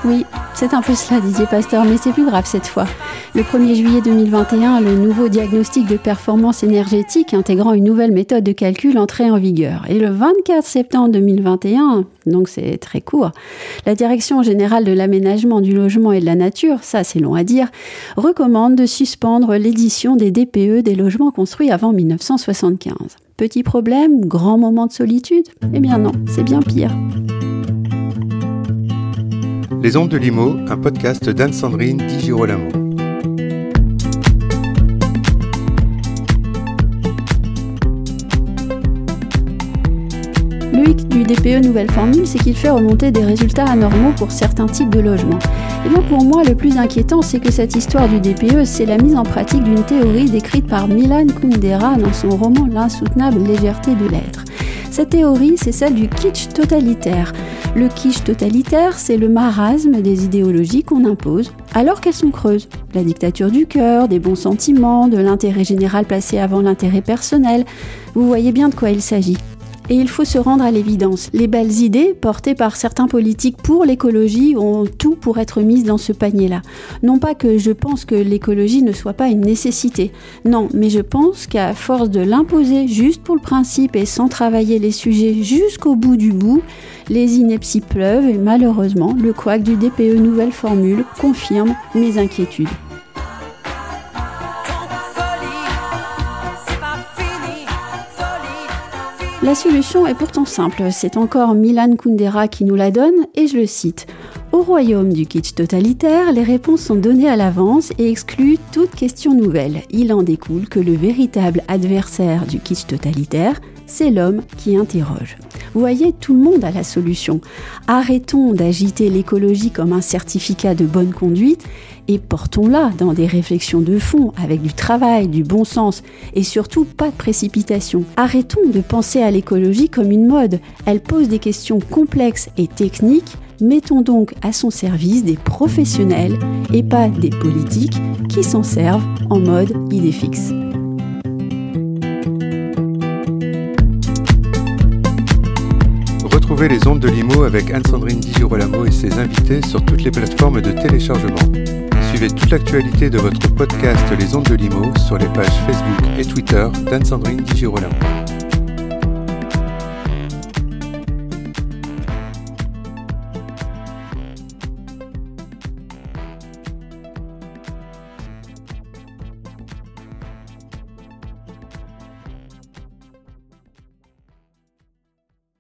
Oui, c'est un peu cela, Didier Pasteur, mais c'est plus grave cette fois. Le 1er juillet 2021, le nouveau diagnostic de performance énergétique intégrant une nouvelle méthode de calcul entrait en vigueur. Et le 24 septembre 2021, donc c'est très court, la Direction générale de l'aménagement du logement et de la nature, ça c'est long à dire, recommande de suspendre l'édition des DPE des logements construits avant 1975. Petit problème, grand moment de solitude ? Eh bien non, c'est bien pire. Les Ondes de Limo, un podcast d'Anne-Sandrine Di Girolamo. Le hic du DPE nouvelle formule, c'est qu'il fait remonter des résultats anormaux pour certains types de logements. Et bien pour moi, le plus inquiétant, c'est que cette histoire du DPE, c'est la mise en pratique d'une théorie décrite par Milan Kundera dans son roman L'insoutenable légèreté de l'être. Cette théorie, c'est celle du kitsch totalitaire. Le kitsch totalitaire, c'est le marasme des idéologies qu'on impose alors qu'elles sont creuses. La dictature du cœur, des bons sentiments, de l'intérêt général placé avant l'intérêt personnel. Vous voyez bien de quoi il s'agit. Et il faut se rendre à l'évidence. Les belles idées portées par certains politiques pour l'écologie ont tout pour être mises dans ce panier-là. Non pas que je pense que l'écologie ne soit pas une nécessité. Non, mais je pense qu'à force de l'imposer juste pour le principe et sans travailler les sujets jusqu'au bout du bout, les inepties pleuvent et malheureusement, le couac du DPE nouvelle formule confirme mes inquiétudes. La solution est pourtant simple, c'est encore Milan Kundera qui nous la donne, et je le cite. Au royaume du kitsch totalitaire, les réponses sont données à l'avance et excluent toute question nouvelle. Il en découle que le véritable adversaire du kitsch totalitaire, c'est l'homme qui interroge. Vous voyez, tout le monde a la solution. Arrêtons d'agiter l'écologie comme un certificat de bonne conduite et portons-la dans des réflexions de fond, avec du travail, du bon sens et surtout pas de précipitation. Arrêtons de penser à l'écologie comme une mode. Elle pose des questions complexes et techniques. Mettons donc à son service des professionnels et pas des politiques qui s'en servent en mode idée fixe. Retrouvez les Ondes de Limo avec Anne-Sandrine Di Girolamo et ses invités sur toutes les plateformes de téléchargement. Suivez toute l'actualité de votre podcast Les Ondes de Limo sur les pages Facebook et Twitter d'Anne-Sandrine Di Girolamo.